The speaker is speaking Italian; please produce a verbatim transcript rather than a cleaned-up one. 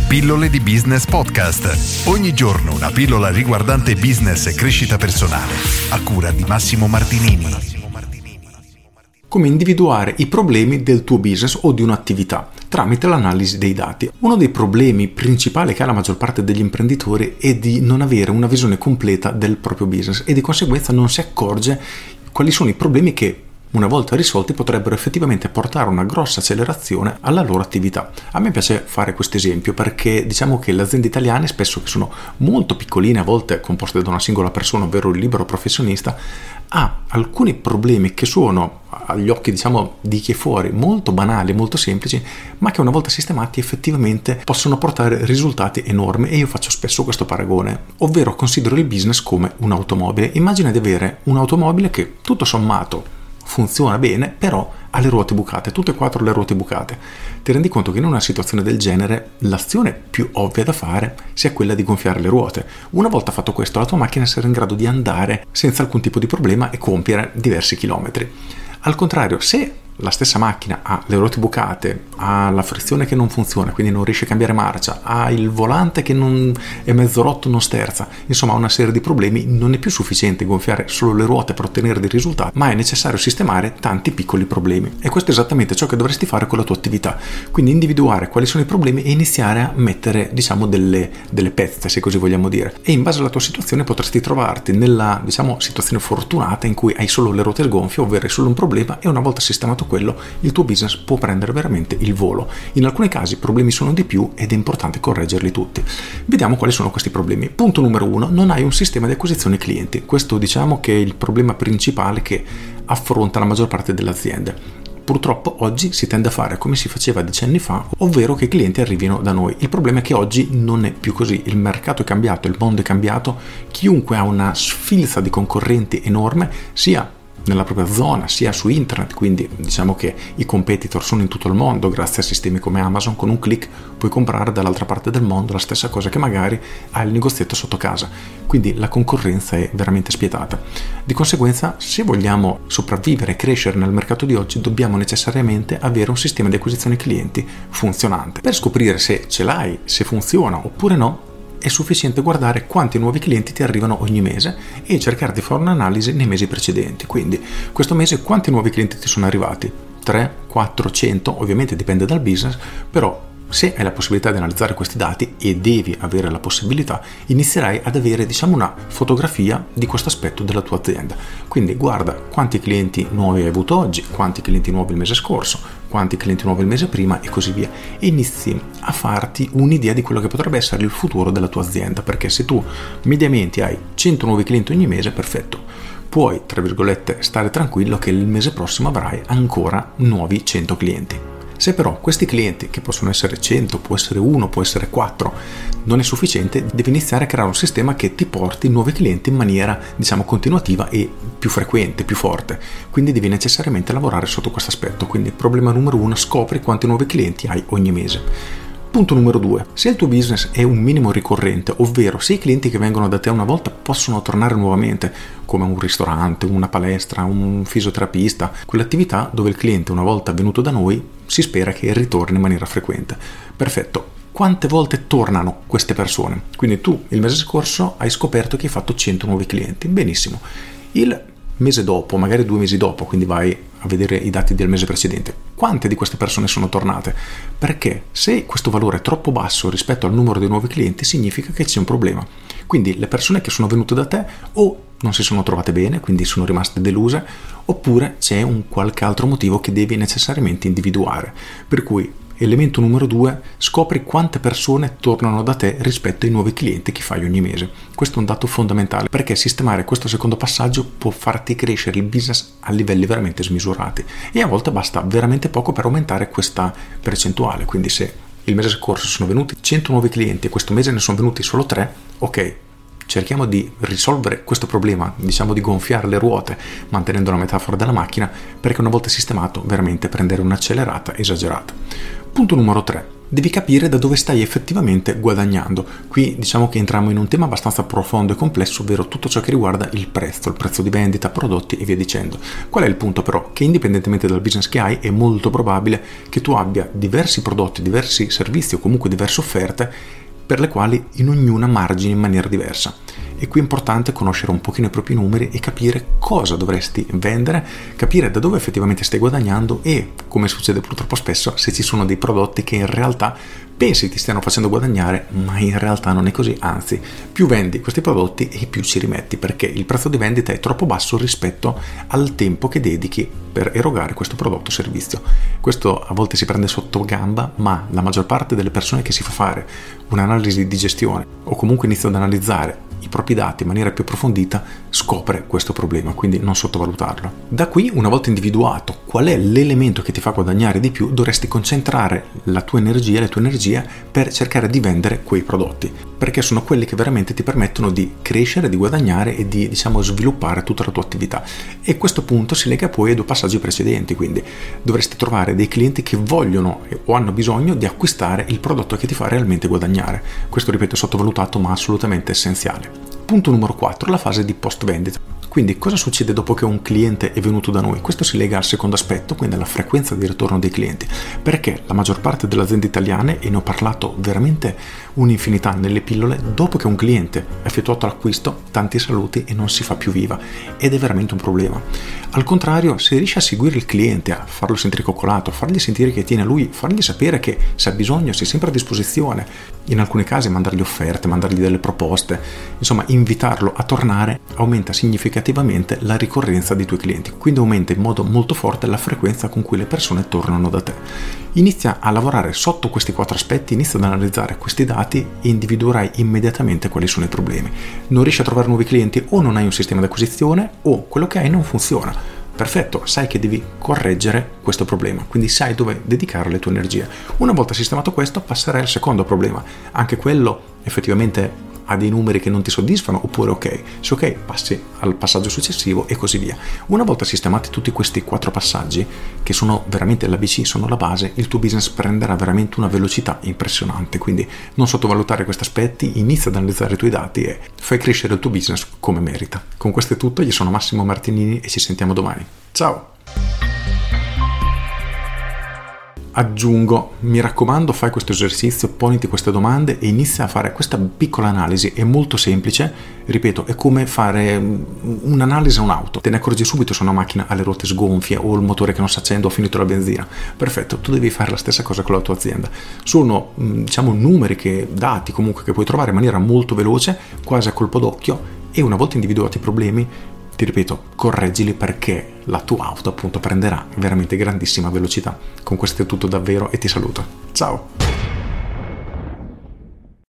Pillole di Business Podcast. Ogni giorno una pillola riguardante business e crescita personale. A cura di Massimo Martinini. Come individuare i problemi del tuo business o di un'attività tramite l'analisi dei dati. Uno dei problemi principali che ha la maggior parte degli imprenditori è di non avere una visione completa del proprio business e di conseguenza non si accorge quali sono i problemi che, una volta risolti, potrebbero effettivamente portare una grossa accelerazione alla loro attività. A me piace fare questo esempio perché diciamo che le aziende italiane, spesso che sono molto piccoline, a volte composte da una singola persona, ovvero il libero professionista, ha alcuni problemi che sono agli occhi, diciamo, di chi è fuori molto banali, molto semplici, ma che una volta sistemati effettivamente possono portare risultati enormi. E io faccio spesso questo paragone, ovvero considero il business come un'automobile. Immagina di avere un'automobile che tutto sommato funziona bene, però ha le ruote bucate, tutte e quattro le ruote bucate. Ti rendi conto che in una situazione del genere l'azione più ovvia da fare sia quella di gonfiare le ruote. Una volta fatto questo, la tua macchina sarà in grado di andare senza alcun tipo di problema e compiere diversi chilometri. Al contrario, se la stessa macchina ha le ruote bucate, ha la frizione che non funziona, quindi non riesce a cambiare marcia, ha il volante che non è mezzo rotto, non sterza, insomma ha una serie di problemi, non è più sufficiente gonfiare solo le ruote per ottenere dei risultati, ma è necessario sistemare tanti piccoli problemi. E questo è esattamente ciò che dovresti fare con la tua attività, quindi individuare quali sono i problemi e iniziare a mettere, diciamo, delle, delle pezze, se così vogliamo dire. E in base alla tua situazione potresti trovarti nella, diciamo, situazione fortunata in cui hai solo le ruote gonfie, ovvero hai solo un problema, e una volta sistemato quello, il tuo business può prendere veramente il volo. In alcuni casi i problemi sono di più ed è importante correggerli tutti. Vediamo quali sono questi problemi. Punto numero uno: non hai un sistema di acquisizione clienti. Questo, diciamo, che è il problema principale che affronta la maggior parte delle aziende. Purtroppo oggi si tende a fare come si faceva decenni fa, ovvero che i clienti arrivino da noi. Il problema è che oggi non è più così, il mercato è cambiato, il mondo è cambiato, chiunque ha una sfilza di concorrenti enorme, sia nella propria zona sia su internet, quindi diciamo che i competitor sono in tutto il mondo. Grazie a sistemi come Amazon, con un click puoi comprare dall'altra parte del mondo la stessa cosa che magari ha il negozietto sotto casa, quindi la concorrenza è veramente spietata. Di conseguenza, se vogliamo sopravvivere e crescere nel mercato di oggi, dobbiamo necessariamente avere un sistema di acquisizione clienti funzionante. Per scoprire se ce l'hai, se funziona oppure no, è sufficiente guardare quanti nuovi clienti ti arrivano ogni mese e cercare di fare un'analisi nei mesi precedenti. Quindi questo mese quanti nuovi clienti ti sono arrivati? tre, quattro, cento? Ovviamente dipende dal business, però se hai la possibilità di analizzare questi dati, e devi avere la possibilità, inizierai ad avere, diciamo, una fotografia di questo aspetto della tua azienda. Quindi guarda quanti clienti nuovi hai avuto oggi, quanti clienti nuovi il mese scorso, quanti clienti nuovi il mese prima e così via, e inizi a farti un'idea di quello che potrebbe essere il futuro della tua azienda, perché se tu mediamente hai cento nuovi clienti ogni mese, perfetto, puoi, tra virgolette, stare tranquillo che il mese prossimo avrai ancora nuovi cento clienti. Se però questi clienti, che possono essere cento, può essere uno, può essere quattro, non è sufficiente, devi iniziare a creare un sistema che ti porti nuovi clienti in maniera, diciamo, continuativa e più frequente, più forte. Quindi devi necessariamente lavorare sotto questo aspetto. Quindi problema numero uno: scopri quanti nuovi clienti hai ogni mese. Punto numero due: se il tuo business è un minimo ricorrente, ovvero se i clienti che vengono da te una volta possono tornare nuovamente, come un ristorante, una palestra, un fisioterapista, quell'attività dove il cliente, una volta venuto da noi, si spera che ritorni in maniera frequente. Perfetto. Quante volte tornano queste persone? Quindi tu il mese scorso hai scoperto che hai fatto cento nuovi clienti. Benissimo. Il mese dopo, magari due mesi dopo, quindi vai a vedere i dati del mese precedente, quante di queste persone sono tornate? Perché se questo valore è troppo basso rispetto al numero dei nuovi clienti, significa che c'è un problema. Quindi le persone che sono venute da te o non si sono trovate bene, quindi sono rimaste deluse, oppure c'è un qualche altro motivo che devi necessariamente individuare. Per cui elemento numero due: scopri quante persone tornano da te rispetto ai nuovi clienti che fai ogni mese. Questo è un dato fondamentale, perché sistemare questo secondo passaggio può farti crescere il business a livelli veramente smisurati, e a volte basta veramente poco per aumentare questa percentuale. Quindi se il mese scorso sono venuti cento nuovi clienti e questo mese ne sono venuti solo tre, ok, cerchiamo di risolvere questo problema, diciamo di gonfiare le ruote, mantenendo la metafora della macchina, perché una volta sistemato veramente prendere un'accelerata esagerata. Punto numero tre. Devi capire da dove stai effettivamente guadagnando. Qui diciamo che entriamo in un tema abbastanza profondo e complesso, ovvero tutto ciò che riguarda il prezzo, il prezzo di vendita, prodotti e via dicendo. Qual è il punto però? Che indipendentemente dal business che hai è molto probabile che tu abbia diversi prodotti, diversi servizi o comunque diverse offerte per le quali in ognuna margini in maniera diversa. E qui è importante conoscere un pochino i propri numeri e capire cosa dovresti vendere, capire da dove effettivamente stai guadagnando e, come succede purtroppo spesso, se ci sono dei prodotti che in realtà pensi ti stiano facendo guadagnare, ma in realtà non è così, anzi, più vendi questi prodotti e più ci rimetti, perché il prezzo di vendita è troppo basso rispetto al tempo che dedichi per erogare questo prodotto o servizio. Questo a volte si prende sotto gamba, ma la maggior parte delle persone che si fa fare un'analisi di gestione o comunque inizia ad analizzare i propri dati in maniera più approfondita scopre questo problema, quindi non sottovalutarlo. Da qui, una volta individuato qual è l'elemento che ti fa guadagnare di più, dovresti concentrare la tua energia, le tue energie per cercare di vendere quei prodotti, perché sono quelli che veramente ti permettono di crescere, di guadagnare e di, diciamo, sviluppare tutta la tua attività. E questo punto si lega poi ai due passaggi precedenti, quindi dovresti trovare dei clienti che vogliono o hanno bisogno di acquistare il prodotto che ti fa realmente guadagnare. Questo, ripeto, è sottovalutato ma assolutamente essenziale. Punto numero quattro, la fase di post vendita. Quindi cosa succede dopo che un cliente è venuto da noi? Questo si lega al secondo aspetto, quindi alla frequenza di ritorno dei clienti, perché la maggior parte delle aziende italiane, e ne ho parlato veramente un'infinità nelle pillole, dopo che un cliente ha effettuato l'acquisto, tanti saluti e non si fa più viva, ed è veramente un problema. Al contrario, se riesci a seguire il cliente, a farlo sentire coccolato, a fargli sentire che tiene a lui, fargli sapere che se ha bisogno sei sempre a disposizione, in alcuni casi mandargli offerte, mandargli delle proposte, insomma invitarlo a tornare, aumenta significativamente la ricorrenza dei tuoi clienti, quindi aumenta in modo molto forte la frequenza con cui le persone tornano da te. Inizia a lavorare sotto questi quattro aspetti, inizia ad analizzare questi dati e individuerai immediatamente quali sono i problemi. Non riesci a trovare nuovi clienti, o non hai un sistema di acquisizione, o quello che hai non funziona. Perfetto, sai che devi correggere questo problema, quindi sai dove dedicare le tue energie. Una volta sistemato questo, passerai al secondo problema. Anche quello effettivamente ha dei numeri che non ti soddisfano, oppure ok, se ok passi al passaggio successivo e così via. Una volta sistemati tutti questi quattro passaggi, che sono veramente l'A B C, sono la base, il tuo business prenderà veramente una velocità impressionante. Quindi non sottovalutare questi aspetti, inizia ad analizzare i tuoi dati e fai crescere il tuo business come merita. Con questo è tutto, io sono Massimo Martinini e ci sentiamo domani. Ciao! Aggiungo, mi raccomando, fai questo esercizio, poniti queste domande e inizia a fare questa piccola analisi. È molto semplice, ripeto, è come fare un'analisi a un'auto. Te ne accorgi subito se una macchina ha le ruote sgonfie o il motore che non si accende o ha finito la benzina. Perfetto, tu devi fare la stessa cosa con la tua azienda. Sono, diciamo, numeri, che dati comunque che puoi trovare in maniera molto veloce, quasi a colpo d'occhio, e una volta individuati i problemi, ti ripeto, correggili, perché la tua auto appunto prenderà veramente grandissima velocità. Con questo è tutto davvero e ti saluto. Ciao!